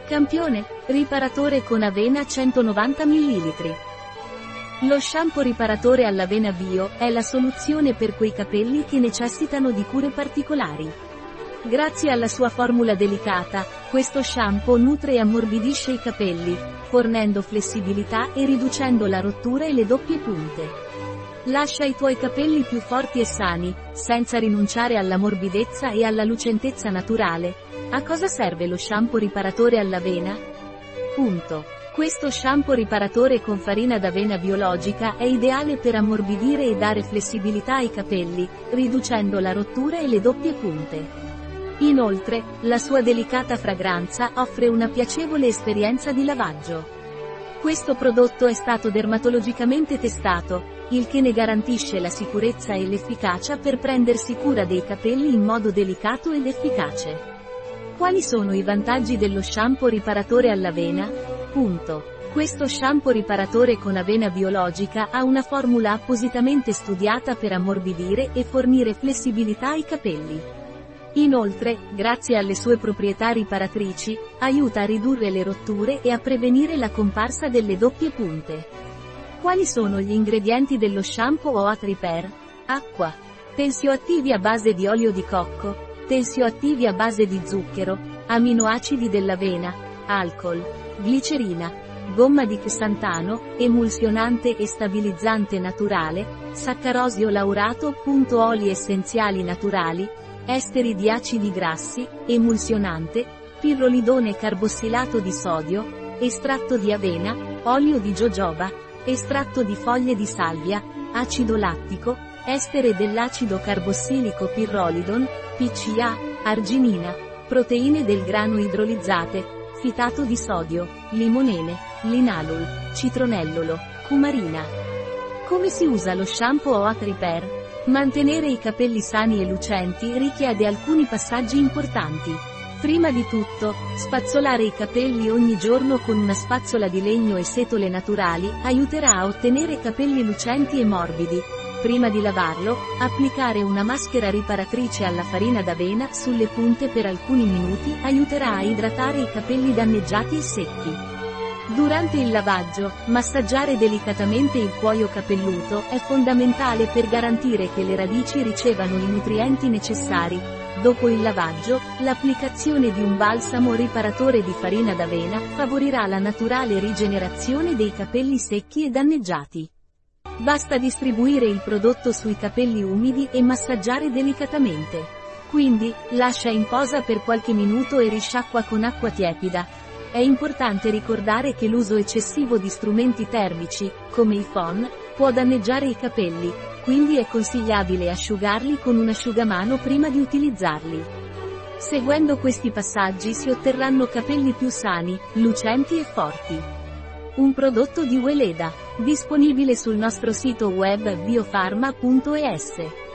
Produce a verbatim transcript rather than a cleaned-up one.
Campione, riparatore con avena centonovanta millilitri. Lo shampoo riparatore all'avena bio è la soluzione per quei capelli che necessitano di cure particolari. Grazie alla sua formula delicata, questo shampoo nutre e ammorbidisce i capelli, fornendo flessibilità e riducendo la rottura e le doppie punte. Lascia i tuoi capelli più forti e sani, senza rinunciare alla morbidezza e alla lucentezza naturale. A cosa serve lo shampoo riparatore all'avena? Punto. Questo shampoo riparatore con farina d'avena biologica è ideale per ammorbidire e dare flessibilità ai capelli, riducendo la rottura e le doppie punte. Inoltre, la sua delicata fragranza offre una piacevole esperienza di lavaggio. Questo prodotto è stato dermatologicamente testato, il che ne garantisce la sicurezza e l'efficacia per prendersi cura dei capelli in modo delicato ed efficace. Quali sono i vantaggi dello shampoo riparatore all'avena? Punto. Questo shampoo riparatore con avena biologica ha una formula appositamente studiata per ammorbidire e fornire flessibilità ai capelli. Inoltre, grazie alle sue proprietà riparatrici, aiuta a ridurre le rotture e a prevenire la comparsa delle doppie punte. Quali sono gli ingredienti dello shampoo Oat Repair? Acqua. Tensioattivi a base di olio di cocco, tensioattivi a base di zucchero, aminoacidi dell'avena, alcol, glicerina, gomma di xantano, emulsionante e stabilizzante naturale, saccarosio laurato. Oli essenziali naturali, esteri di acidi grassi, emulsionante, pirrolidone carbossilato di sodio, estratto di avena, olio di jojoba, estratto di foglie di salvia, acido lattico, estere dell'acido carbossilico pirrolidon, P C A, arginina, proteine del grano idrolizzate, fitato di sodio, limonene, linalol, citronellolo, cumarina. Come si usa lo shampoo Oat Repair? Mantenere i capelli sani e lucenti richiede alcuni passaggi importanti. Prima di tutto, spazzolare i capelli ogni giorno con una spazzola di legno e setole naturali aiuterà a ottenere capelli lucenti e morbidi. Prima di lavarlo, applicare una maschera riparatrice alla farina d'avena sulle punte per alcuni minuti aiuterà a idratare i capelli danneggiati e secchi. Durante il lavaggio, massaggiare delicatamente il cuoio capelluto è fondamentale per garantire che le radici ricevano i nutrienti necessari. Dopo il lavaggio, l'applicazione di un balsamo riparatore di farina d'avena favorirà la naturale rigenerazione dei capelli secchi e danneggiati. Basta distribuire il prodotto sui capelli umidi e massaggiare delicatamente. Quindi, lascia in posa per qualche minuto e risciacqua con acqua tiepida. È importante ricordare che l'uso eccessivo di strumenti termici, come i phon, può danneggiare i capelli, quindi è consigliabile asciugarli con un asciugamano prima di utilizzarli. Seguendo questi passaggi si otterranno capelli più sani, lucenti e forti. Un prodotto di Weleda, disponibile sul nostro sito web biofarma punto es.